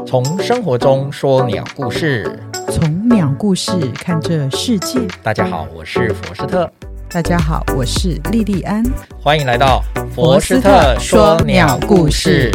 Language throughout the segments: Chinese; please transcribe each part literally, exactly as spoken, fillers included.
从生活中说鸟故事， 从鸟故事看这世界。 大家好，我是佛斯特。 大家好，我是莉莉安。 欢迎来到佛斯特说鸟故事。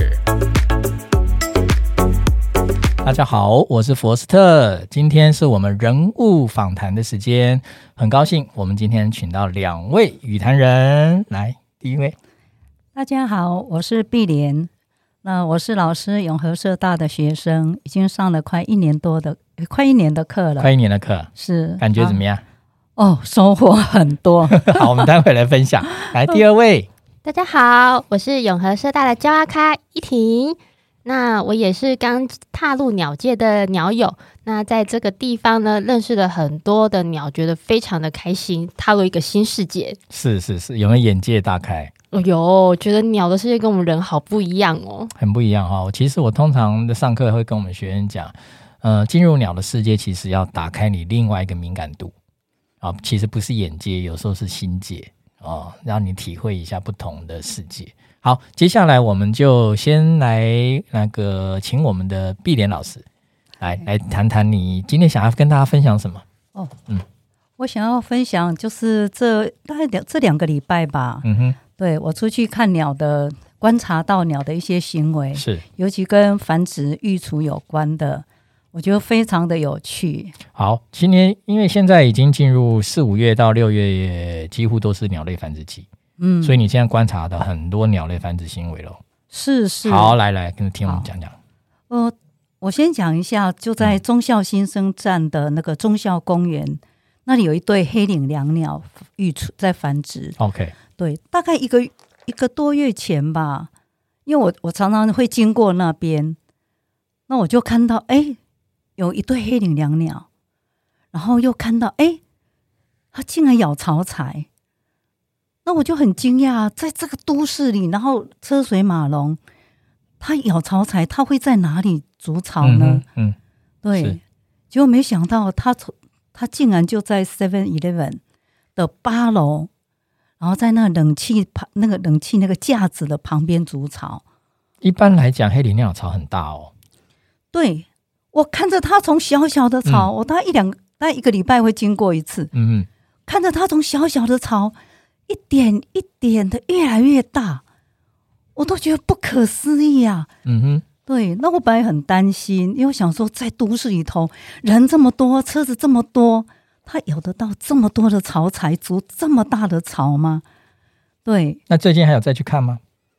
大家好，我是佛斯特。今天是我们人物访谈的时间，很高兴我们今天请到两位语坛人。来，第一位。 大家好，我是碧莲。那我是老师，永和社大的学生，已经上了快一年多的快一年的课了。 快一年的课是， 感觉怎么样？ 哦，收获很多。 好，我们待会来分享。来，第二位。 大家好，我是永和社大的焦阿咖依婷。那我也是刚踏入鸟界的鸟友，那在这个地方呢，认识了很多的鸟，觉得非常的开心，踏入一个新世界。 是是是，有没有眼界大开？ 哦哟，觉得鸟的世界跟我们人好不一样哦， 很不一样哈、哦。其实我通常的上课会跟我们学生讲，呃，进入鸟的世界，其实要打开你另外一个敏感度啊、哦，其实不是眼界，有时候是心界哦，让你体会一下不同的世界。好，接下来我们就先来那个，请我们的碧莲老师来来谈谈你今天想要跟大家分享什么？ 哦，嗯，我想要分享就是这大概两这两个礼拜吧，嗯哼，对我出去看鸟的，观察到鸟的一些行为， 是尤其跟繁殖育雏有关的，我觉得非常的有趣。 好，今天因为现在已经进入四五月到六月，几乎都是鸟类繁殖期。嗯，所以你现在观察到很多鸟类繁殖行为咯。 是是。 好，来来，跟听我们讲讲。 呃，我先讲一下，就在忠孝新生站的那个忠孝公园，嗯、那里有一对黑领椋鸟育雏在繁殖。 OK， 对，大概一个一个多月前吧，因为我我常常会经过那边，那我就看到哎，有一对黑领椋鸟，然后又看到哎，它竟然咬巢材。那我就很惊讶，在这个都市里，然后车水马龙，它咬巢材，它会在哪里筑巢呢？嗯，嗯对，结果没想到它它竟然就在 seven eleven 的八楼，然后在那冷气那个冷气那个架子的旁边筑巢。 一般来讲，黑领椋巢很大哦。 对，我看着它从小小的巢，嗯、我大概一两大概一个礼拜会经过一次，嗯嗯，看着它从小小的巢。一点一点的越来越大，我都觉得不可思议啊！嗯哼，对，那我本来很担心，因为我想说，在都市里头人这么多，车子这么多，它咬得到这么多的巢材，筑这么大的巢吗？对。 那最近还有再去看吗？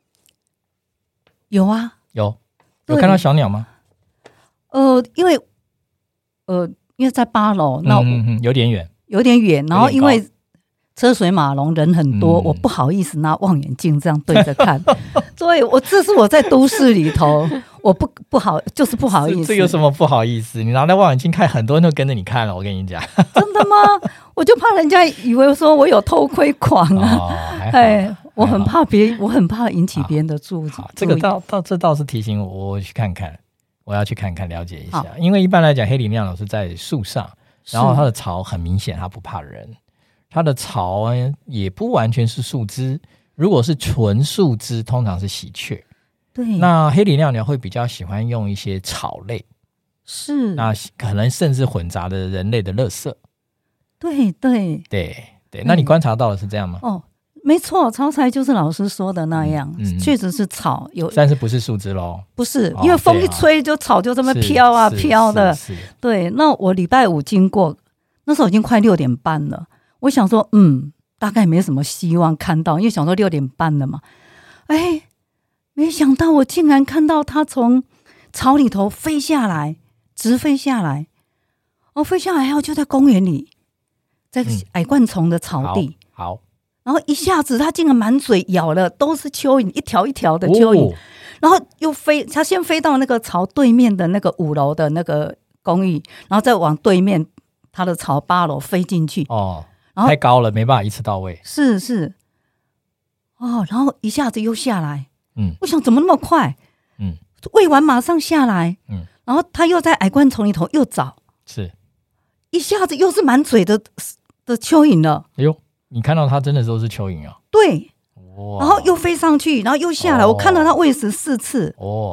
有啊， 有有看到小鸟吗？ 呃，因为呃，因为在八楼，那嗯嗯有点远， 有点远，然后因为。车水马龙，人很多、嗯，我不好意思拿望远镜这样对着看，所以我这是我在都市里头，我不不好，就是不好意思。 这有什么不好意思？你拿着望远镜看，很多人都跟着你看了。我跟你讲， 真的吗？我就怕人家以为说我有偷窥狂啊！哦、哎，我很怕别，我很怕引起别人的注意。 这个倒倒这倒是提醒我，我去看看，我要去看看了解一下。因为一般来讲，黑领椋鸟是在树上，然后它的巢很明显，它不怕人。它的巢也不完全是树枝，如果是纯树枝，通常是喜鹊。 对， 那黑领椋鸟会比较喜欢用一些草类， 是， 那可能甚至混杂的人类的垃圾。 对对对对，那你观察到的是这样吗？ 哦，没错，巢材就是老师说的那样，嗯嗯、确实是草有， 但是不是树枝咯？ 不是，因为风一吹就草就这么飘啊飘的。对，那我礼拜五经过，那时候已经快六点半了。我想说，嗯，大概没什么希望看到，因为想说六点半了嘛。哎，没想到我竟然看到它从巢里头飞下来，直飞下来。哦，飞下来后就在公园里，在矮冠丛的草地。 嗯、好，好然后一下子它竟然满嘴咬了，都是蚯蚓，一条一条的蚯蚓。哦、然后又飞，它先飞到那个巢对面的那个五楼的那个公寓，然后再往对面它的巢八楼飞进去。 哦。太高了，没办法一次到位。 是是，哦，然后一下子又下来，嗯，我想怎么那么快？嗯，喂完马上下来，嗯，然后他又在矮冠丛里头又找， 是， 一下子又是满嘴的的蚯蚓了。 哎呦，你看到它真的都是蚯蚓啊？ 对，然后又飞上去，然后又下来，哦、我看到它喂食四次。 哦，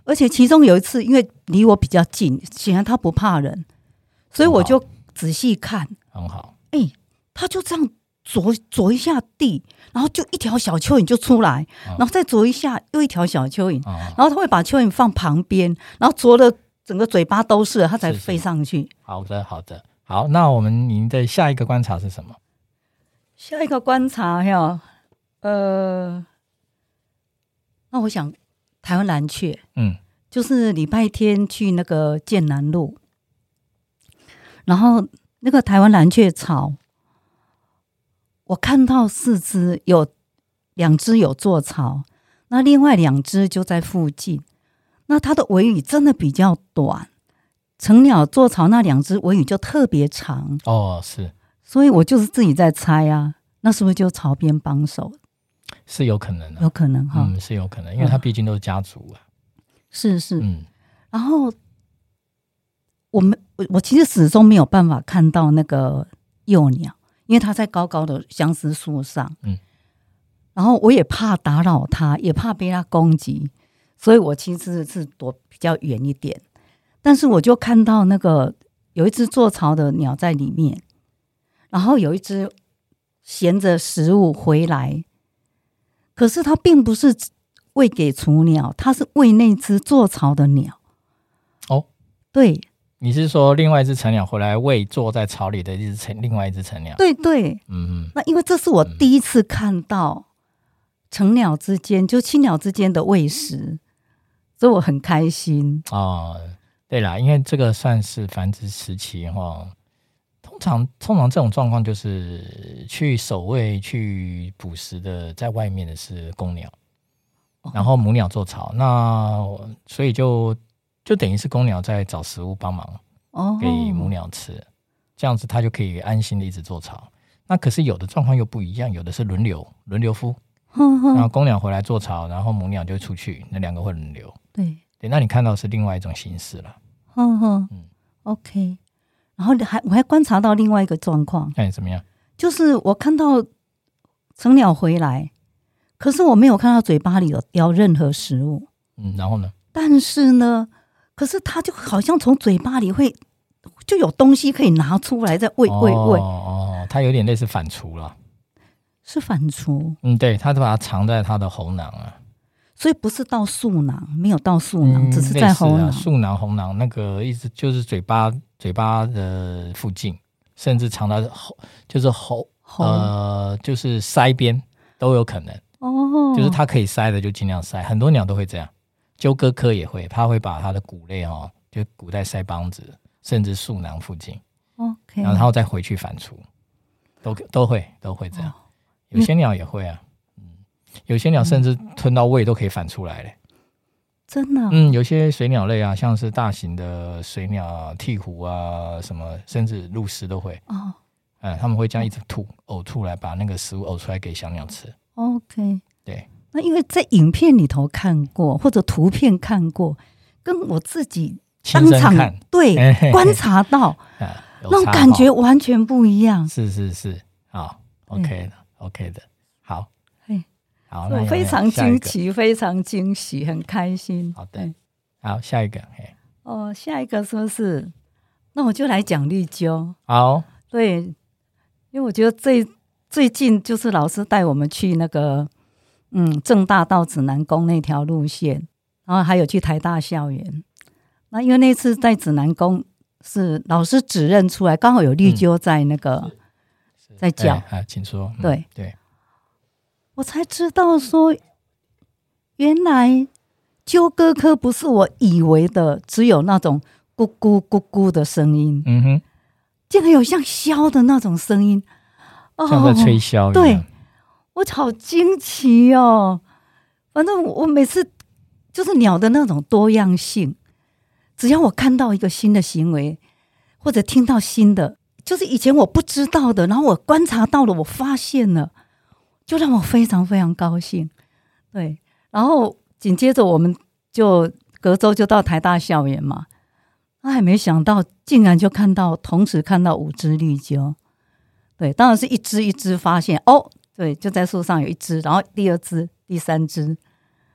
而且其中有一次，因为离我比较近，显然它不怕人，所以我就仔细看， 很好。 哎、欸，它就这样啄啄一下地，然后就一条小蚯蚓就出来，嗯、然后再啄一下又一条小蚯蚓，嗯、然后它会把蚯蚓放旁边，然后啄的整个嘴巴都是了，它才飞上去。是是好的，好的，好。那我们您的下一个观察是什么？ 下一个观察呀，呃，那我想台湾蓝雀，嗯，就是礼拜天去那个剑南路，然后那个台湾蓝雀巢。我看到四只，有两只有做巢，那另外两只就在附近。那它的尾羽真的比较短，成鸟做巢那两只尾羽就特别长。 哦，是， 所以我就是自己在猜啊，那是不是就巢边帮手？ 是有可能的、啊， 有可能哈、 嗯，是有可能，因为它毕竟都是家族啊。 嗯、是是， 嗯。 然后我们我我其实始终没有办法看到那个幼鸟。因为它在高高的相思树上，嗯，然后我也怕打扰它，也怕被它攻击，所以我其实是躲比较远一点。但是我就看到那个有一只做巢的鸟在里面，然后有一只衔着食物回来，可是它并不是喂给雏鸟，它是喂那只做巢的鸟。 哦， 对。 你是说另外一只成鸟回来喂坐在巢里的一只另外一只成鸟？ 对对， 嗯嗯。 那因为这是我第一次看到成鸟之间、嗯、就亲鸟之间的喂食，所以我很开心。 哦，对啦，因为这个算是繁殖时期哈，通常通常这种状况就是去守卫、去捕食的，在外面的是公鸟，然后母鸟做巢，那所以就。就等于是公鸟在找食物帮忙给母鸟吃、哦、这样子它就可以安心的一直做巢。那可是有的状况又不一样，有的是轮流轮流孵，然后公鸟回来做巢，然后母鸟就出去，那两个会轮流。 对对，那你看到是另外一种形式了。 嗯嗯 OK。 然后还我还观察到另外一个状况。 哎，怎么样？ 就是我看到成鸟回来，可是我没有看到嘴巴里有叼任何食物。 嗯，然后呢？ 但是呢可是它就好像从嘴巴里会就有东西可以拿出来再喂喂喂。 哦，它有点类似反刍了。 是反刍？ 嗯，对，它就把它藏在它的喉囊啊。 所以不是到嗉囊，没有到嗉囊、嗯、只是在喉囊。 嗉囊、喉囊那个意思就是嘴巴嘴巴的附近，甚至藏到喉，就是喉呃，就是腮边都有可能。哦，就是它可以塞的就尽量塞，很多鸟都会这样。鸠鸽科也会，它会把它的骨类哦，就骨在腮帮子，甚至嗉囊附近 ，OK， 然后再回去反刍，都都会都会这样。有些鸟也会啊，嗯，有些鸟甚至吞到胃都可以反出来嘞。 真的、啊？ 嗯，有些水鸟类啊，像是大型的水鸟、鹈鹕啊，什么，甚至鹭鸶都会。哦，嗯，他们会这样一直吐呕吐来把那个食物呕出来给小鸟吃。 OK， 对。 那因为在影片里头看过或者图片看过，跟我自己当场对观察到、啊、那种感觉完全不一样。 是是是，好 ，OK 的 ，OK 的，好，好， 我非常惊奇，非常惊喜，很开心。 好的，好，下一个， 哦，下一个是不是？那我就来讲绿鸠。 好， 对，因为我觉得最最近就是老师带我们去那个。嗯，政大到指南宫那条路线，然后还有去台大校园。那因为那次在指南宫是老师指认出来，刚好有绿鸠在那个、嗯、在叫、 哎，请说。 对、 嗯、对， 我才知道说，原来鸠鸽科不是我以为的只有那种咕咕咕咕的声音， 嗯哼， 竟然有像箫的那种声音， 像在吹箫一样。 对。我好惊奇哦！反正我每次就是鸟的那种多样性，只要我看到一个新的行为，或者听到新的，就是以前我不知道的，然后我观察到了，我发现了，就让我非常非常高兴。对，然后紧接着我们就隔周就到台大校园嘛，那还没想到，竟然就看到同时看到五只绿鸠。对，当然是一只一只发现哦。对，就在树上有一只，然后第二只、第三只，然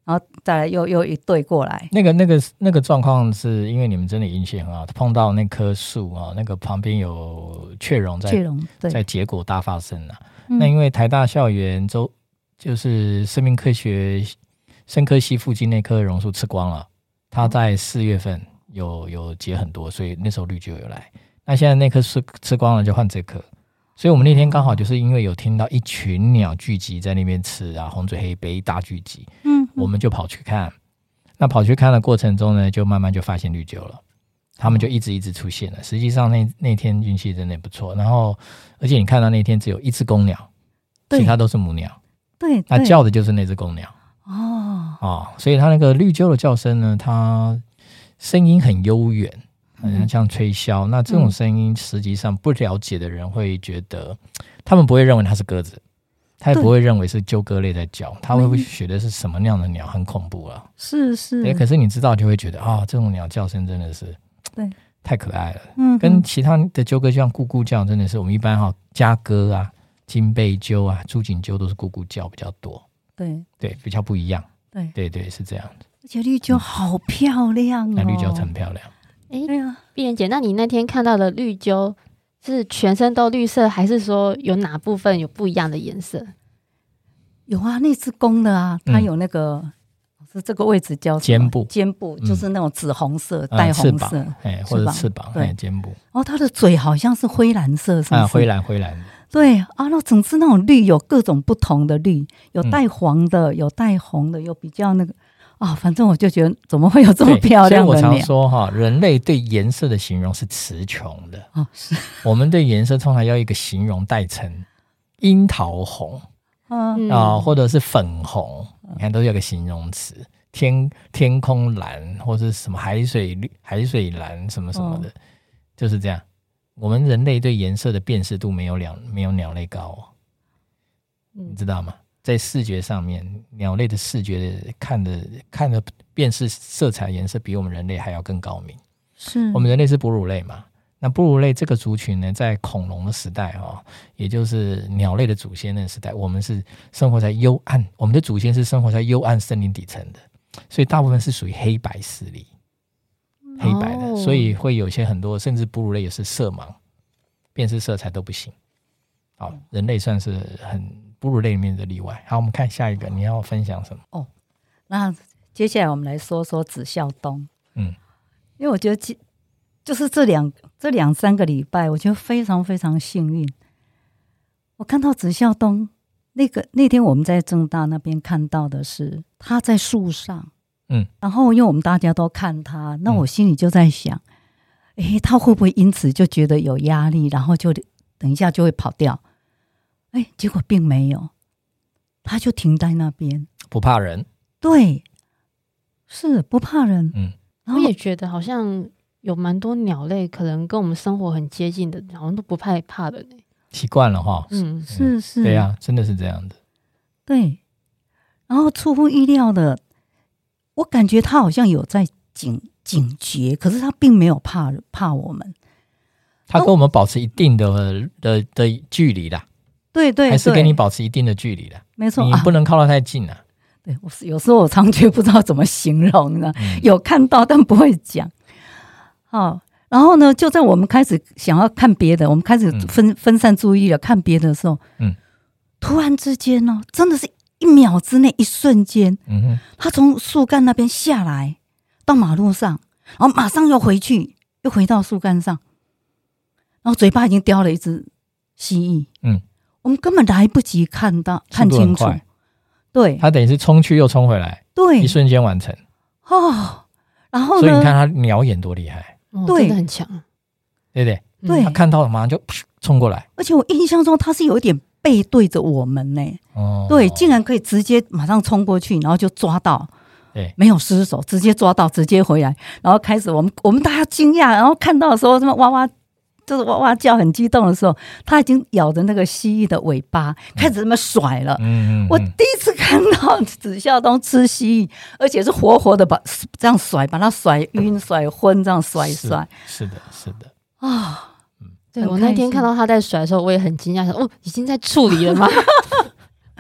然后再来又又一对过来。 那个那个那个状况是因为你们真的运气很好，碰到那棵树啊，那个旁边有雀榕在雀榕对在结果大发生啊。 嗯、 那因为台大校园周就是生命科学生科系附近那棵榕树吃光了，它在四月份有有结很多，所以那时候绿鸠有来。那现在那棵树吃光了，就换这棵。所以我们那天刚好就是因为有听到一群鸟聚集在那边吃啊，红嘴黑鹎大聚集， 嗯，嗯我们就跑去看。那跑去看的过程中呢，就慢慢就发现绿鸠了，他们就一直一直出现了。实际上那那天运气真的不错，然后而且你看到那天只有一只公鸟，其他都是母鸟， 对， 那叫的就是那只公鸟哦哦，所以它那个绿鸠的叫声呢，它声音很悠远。嗯，像吹箫，那这种声音实际上不了解的人会觉得，嗯、他们不会认为它是鸽子，他也不会认为是鸠鸽类在叫，他会觉得是什么样的鸟，很恐怖啊。 是是， 对，可是你知道就会觉得啊、哦，这种鸟叫声真的是对太可爱了。 嗯， 跟其他的鸠鸽像咕咕叫，真的是我们一般哈、哦、嘉鸽啊、金背鸠啊、朱颈鸠都是咕咕叫比较多。 对对，比较不一样。 对对对，是这样的。 而且绿鸠好漂亮哦， 那绿鸠很漂亮。 哎， 对啊， 碧莲姐，那你那天看到的绿鸠是全身都绿色，还是说有哪部分有不一样的颜色？ 有啊，那只公的啊，它有那个、嗯、是这个位置叫肩部， 肩部就是那种紫红色、嗯、带红色， 哎、嗯，或者翅膀，对，肩部。 然后它的嘴好像是灰蓝色，是不是？ 啊，灰蓝灰蓝的。 对啊，那整只那种绿有各种不同的绿，有带黄的，嗯、有带红的，有比较那个。啊、哦，反正我就觉得怎么会有这么漂亮的鸟？ 所以我常说哈，人类对颜色的形容是词穷的。 哦，是。 我们对颜色通常要一个形容代称，樱桃红， 嗯啊、呃，或者是粉红，你看都有个形容词。天天空蓝，或者什么海水绿、海水蓝什么什么的，哦、就是这样。我们人类对颜色的辨识度没有两没有鸟类高、哦，你知道吗？在视觉上面，鸟类的视觉的看的看的辨识色彩颜色比我们人类还要更高明。 是我们人类是哺乳类嘛？那哺乳类这个族群呢，在恐龙的时代哦，也就是鸟类的祖先的时代，我们是生活在幽暗，我们的祖先是生活在幽暗森林底层的，所以大部分是属于黑白视力，黑白的，哦、所以会有些很多，甚至哺乳类也是色盲，辨识色彩都不行。好，人类算是很。哺乳类里面的例外。好，我们看下一个，你要分享什么？ 哦，那接下来我们来说说紫啸东。 嗯， 因为我觉得就是这两这两三个礼拜，我觉得非常非常幸运。我看到紫啸东那个那天我们在政大那边看到的是他在树上， 嗯， 然后因为我们大家都看他，那我心里就在想，哎、嗯，他会不会因此就觉得有压力，然后就等一下就会跑掉？哎，结果并没有，他就停在那边， 不怕人。 对，是不怕人。 嗯， 我也觉得好像有蛮多鸟类可能跟我们生活很接近的，好像都不害怕的呢。 习惯了哈， 嗯，是是， 对啊，真的是这样的。 对，然后出乎意料的，我感觉他好像有在警警觉，可是他并没有怕怕我们， 他跟我们保持一定的的的距离啦。 对 对, 对， 还是跟你保持一定的距离啦。 没错， 你不能靠得太近啊。 对，我有时候我常觉得不知道怎么形容呢、嗯，有看到但不会讲。好，然后呢，就在我们开始想要看别的，我们开始分、嗯、分散注意了，看别的时候， 嗯， 突然之间呢、哦，真的是一秒之内，一瞬间， 嗯哼， 他从树干那边下来到马路上，然后马上又回去，又回到树干上，然后嘴巴已经叼了一只蜥蜴， 嗯。 我们根本来不及看到看清楚，对， 他等于是冲去又冲回来， 对， 一瞬间完成哦。然后呢？ 所以你看他鸟眼多厉害， 哦、 对， 真的很强， 对不对？ 对， 他看到了马上就冲过来， 而且我印象中他是有一点背对着我们呢， 哦， 对，竟然可以直接马上冲过去，然后就抓到， 对， 没有失手，直接抓到，直接回来，然后开始我们我们大家惊讶，然后看到的时候，什么哇哇。就是哇哇叫很激动的时候，他已经咬着那个蜥蜴的尾巴，开始这么甩了。 嗯嗯嗯、 我第一次看到紫啸东吃蜥蜴，而且是活活的把这样甩，把它甩晕、甩昏，这样甩一甩。 是的，是的啊、哦嗯！对我那天看到他在甩的时候，我也很惊讶，想哦，已经在处理了吗？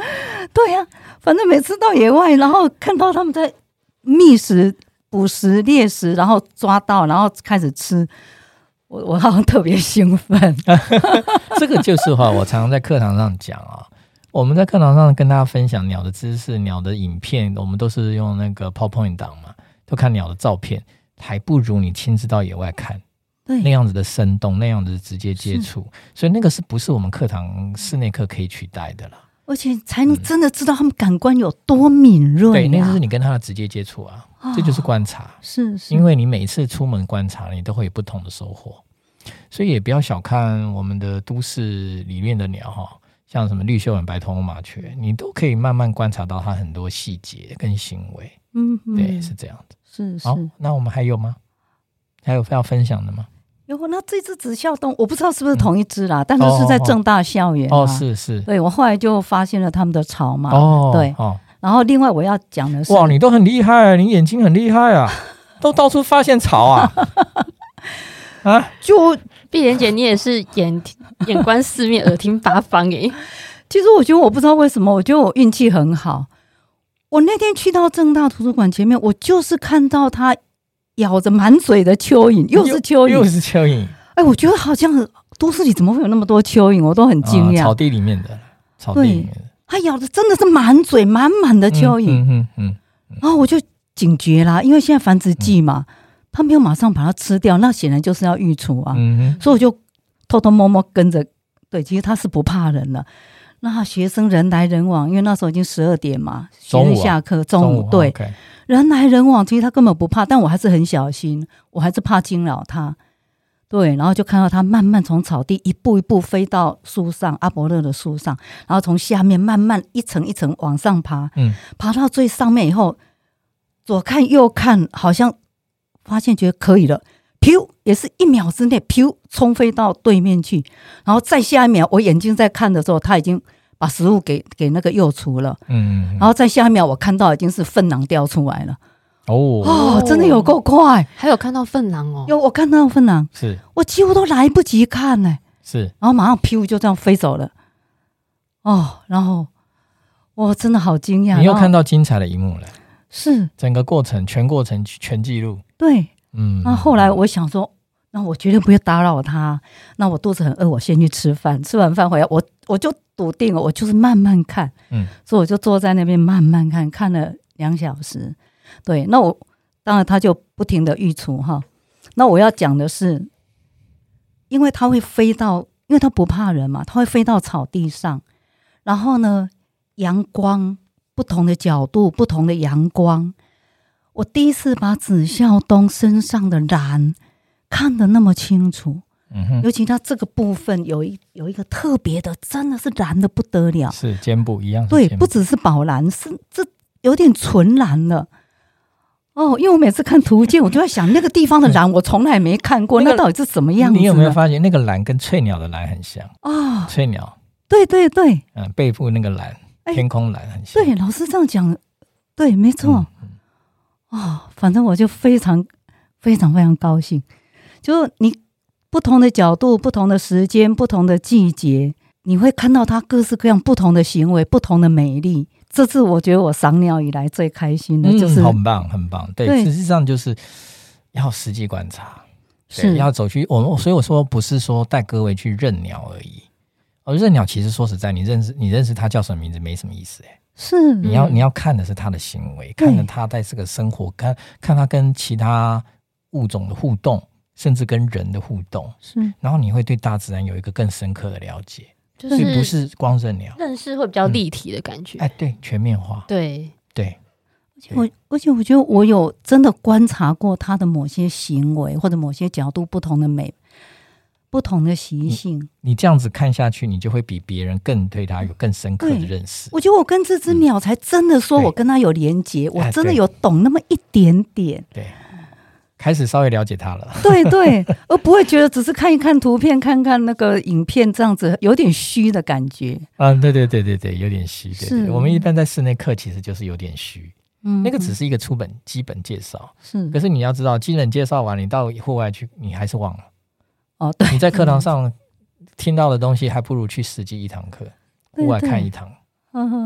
对呀、啊，反正每次到野外，然后看到他们在觅食、捕食、猎食，然后抓到，然后开始吃，我我好像特别兴奋。 这个就是话，我常常在课堂上讲啊，我们在课堂上跟大家分享鸟的知识、鸟的影片，我们都是用那个 PowerPoint 档嘛，都看鸟的照片，还不如你亲自到野外看。 对， 那样子的生动，那样子的直接接触，所以那个是不是我们课堂室内课可以取代的啦？ 而且才能真的知道他们感官有多敏锐、啊。 对，那就是你跟他的直接接触啊、哦，这就是观察。 是是， 因为你每次出门观察，你都会有不同的收获，所以也不要小看我们的都市里面的鸟哈，像什么绿袖眼、白头翁麻雀，你都可以慢慢观察到它很多细节跟行为。 嗯， 对，是这样的。 是是。 好，那我们还有吗？还有要分享的吗？ 有，那这只紫啸鸫我不知道是不是同一只啦、嗯，但是是在政大校园、啊、 哦，是是， 对，我后来就发现了他们的巢嘛， 哦， 对， 哦， 然后另外我要讲的是， 哇，你都很厉害，你眼睛很厉害啊，都到处发现巢啊， 啊，就碧莲姐你也是眼眼观四面，耳听八方诶。 其实我觉得我不知道为什么，我觉得我运气很好，我那天去到政大图书馆前面，我就是看到他咬着满嘴的蚯蚓，又是蚯蚓， 又是蚯蚓。 哎，我觉得好像都市里怎么会有那么多蚯蚓，我都很惊讶。 啊、草地里面的，草地里面的， 它咬的真的是满嘴满满的蚯蚓。 嗯嗯嗯嗯、 然后我就警觉啦，因为现在繁殖季嘛，它、嗯、没有马上把它吃掉，那显然就是要育雏啊。嗯、所以我就偷偷摸摸跟着。对，其实它是不怕人了。那学生人来人往，因为那时候已经十二点嘛，学生下课，中午, 中午对、okay 人来人往，其实他根本不怕，但我还是很小心，我还是怕惊扰他。对，然后就看到他慢慢从草地一步一步飞到树上，阿伯勒的树上，然后从下面慢慢一层一层往上爬，嗯，爬到最上面以后，左看右看，好像发现觉得可以了，噗，也是一秒之内噗冲飞到对面去，然后再下一秒，我眼睛在看的时候，他已经把食物给给那个幼雏了，嗯，然后再下一秒我看到已经是粪囊掉出来了，哦哦，真的有够快， 还有看到粪囊哦， 有我看到粪囊， 是我几乎都来不及看呢、欸， 是， 然后马上噗就这样飞走了，哦，然后我真的好惊讶， 你又看到精彩的一幕了， 是整个过程全过程全记录， 对，嗯，那后来我想说。那我绝对不要打扰他。那我肚子很饿，我先去吃饭。吃完饭回来，我我就笃定了，我就是慢慢看。嗯，所以我就坐在那边慢慢看，看了两小时。对，那我当然他就不停的育雏哈。那我要讲的是，因为他会飞到，因为他不怕人嘛，他会飞到草地上，然后呢，阳光不同的角度，不同的阳光。我第一次把紫啸鸫身上的蓝看得那么清楚，嗯哼，尤其它这个部分有一有一个特别的，真的是蓝的不得了， 是肩部一样是， 对，不只是宝蓝，是这有点纯蓝了。哦，因为我每次看图鉴，我就在想那个地方的蓝，我从来没看过，那, 那到底是什么样子？ 你有没有发现那个蓝跟翠鸟的蓝很像啊、哦？翠鸟， 对对对， 嗯，背部那个蓝，天空蓝很像。 对，老师这样讲，对，没错。嗯嗯、哦，反正我就非常非常非常高兴。就你不同的角度、不同的时间、不同的季节，你会看到它各式各样不同的行为、不同的美丽。这次我觉得我赏鸟以来最开心的，就是、 嗯、很棒，很棒。对，对，事实上就是要实际观察，是要走去我们。所以我说不是说带各位去认鸟而已。而认鸟其实说实在，你认识你认识它叫什么名字没什么意思、欸、 是你要你要看的是它的行为，看着它在这个生活，看看它跟其他物种的互动。甚至跟人的互动，是，然后你会对大自然有一个更深刻的了解，就是、所以不是光认鸟， 认识会比较立体的感觉。 嗯、哎，对，全面化， 对对。 而且我，而且我觉得我有真的观察过它的某些行为或者某些角度不同的美、不同的习性。 你, 你这样子看下去，你就会比别人更对它有更深刻的认识。 我觉得我跟这只鸟才真的说我跟它有连结、嗯，我真的有懂那么一点点。 对。开始稍微了解它了， 对对，而不会觉得只是看一看图片、看看那个影片这样子，有点虚的感觉。 啊，对对对对对，有点虚。对对对，我们一般在室内课其实就是有点虚，嗯，那个只是一个初本基本介绍。是，可是你要知道，基本介绍完，你到户外去，你还是忘了。哦，对，你在课堂上听到的东西，还不如去实际一堂课，户外看一堂。嗯哼。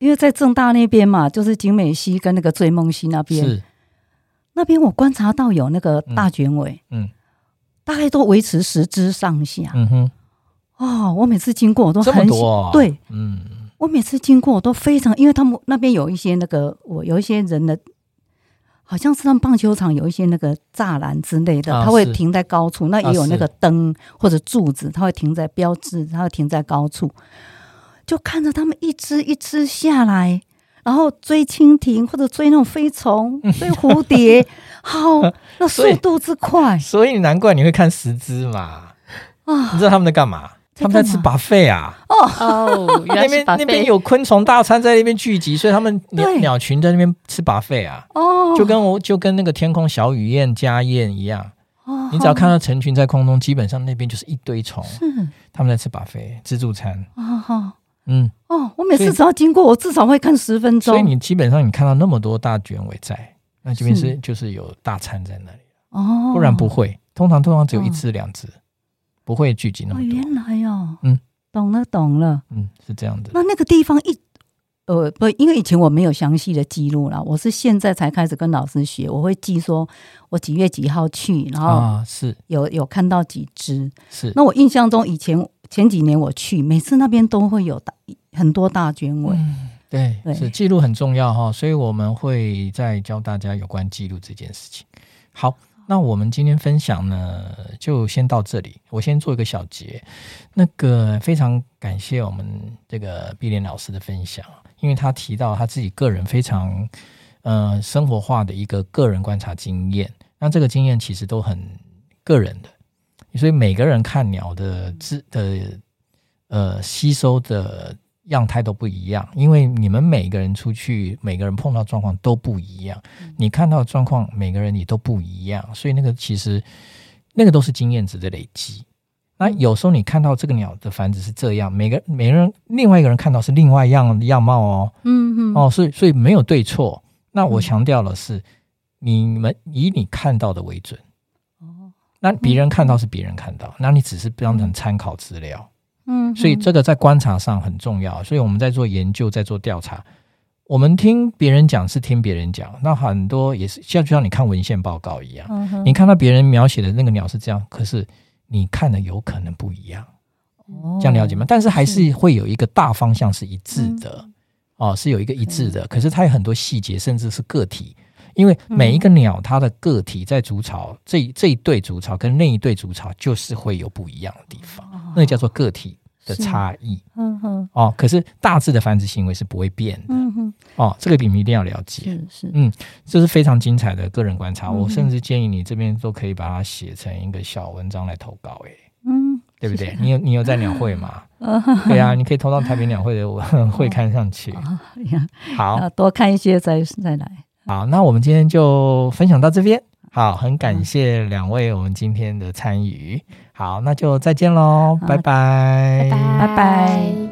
因为在正大那边嘛，就是景美溪跟那个追梦溪那边， 是那边我观察到有那个大卷尾， 嗯， 大概都维持十只上下。 嗯哼， 哦，我每次经过我都这么很多哦对， 嗯， 我每次经过我都非常，因为他们那边有一些那个，我有一些人的，好像是他们棒球场有一些那个栅栏之类的， 啊它会是停在高处，那也有那个灯或者柱子，它会停在标志，它会停在高处，就看着他们一只一只下来。然后追蜻蜓或者追那种飞虫、追蝴蝶，好，那速度之快所以难怪你会看十只嘛。 啊！ 你知道他们在干嘛？他们在吃 buffet 啊。 哦，原来那边是把那边有昆虫大餐在那边聚集，所以他们鸟对鸟群在那边吃 buffet 啊。 哦， 就跟我就跟那个天空小雨燕、家燕一样， 哦你只要看到成群在空中，基本上那边就是一堆虫， 是他们在吃 buffet 自助餐。 啊哈嗯， 哦，我每所以次只要经过，我至少会看十分钟。 所以你基本上你看到那么多大卷尾在，那这边是是就是有大餐在那里， 哦， 不然不会。通常通常只有一只两只，不会聚集那哦， 么多。 原来哦， 嗯， 懂了懂了。 嗯，是这样的。 那那个地方一呃不，因为以前我没有详细的记录啦，我是现在才开始跟老师学，我会记说我几月几号去，然后啊，是有有看到几只。 是， 那我印象中以前前几年我去，每次那边都会有大很多大卷尾。 嗯，对， 对是记录很重要哈，所以我们会再教大家有关记录这件事情。好，那我们今天分享呢，就先到这里。我先做一个小结。那个非常感谢我们这个碧莲老师的分享，因为他提到他自己个人非常呃生活化的一个个人观察经验。那这个经验其实都很个人的，所以每个人看鸟的知的呃吸收的样态都不一样，因为你们每个人出去，每个人碰到状况都不一样，你看到的状况每个人也都不一样，所以那个其实那个都是经验值的累积。那有时候你看到这个鸟的繁殖是这样，每个每个人另外一个人看到是另外一样的样貌哦， 嗯嗯哦，所以所以没有对错。那我强调的是，你们以你看到的为准，哦，那别人看到是别人看到，那你只是当成参考资料。 嗯， 所以这个在观察上很重要，所以我们在做研究，在做调查，我们听别人讲是听别人讲，那很多也是像就像你看文献报告一样， 嗯你看到别人描写的那个鸟是这样，可是你看的有可能不一样， 哦这样了解吗？但是还是会有一个大方向是一致的，哦，是有一个一致的，可是它有很多细节，甚至是个体。因为每一个鸟它的个体在筑巢，这这一对筑巢跟那一对筑巢就是会有不一样的地方，那个叫做个体的差异。 嗯哼， 哦，可是大致的繁殖行为是不会变的。 嗯哼， 哦，这个你们一定要了解。 是是， 嗯，这是非常精彩的个人观察， 嗯哼我甚至建议你这边都可以把它写成一个小文章来投稿，哎， 嗯， 对不对？你有你有在鸟会吗？ 嗯对啊，你可以投到台北鸟会的会刊上去。 哎呀， 好， 要多看一些再再来。 好，那我们今天就分享到这边。好，很感谢两位我们今天的参与。好，那就再见喽，拜拜， 拜拜拜拜。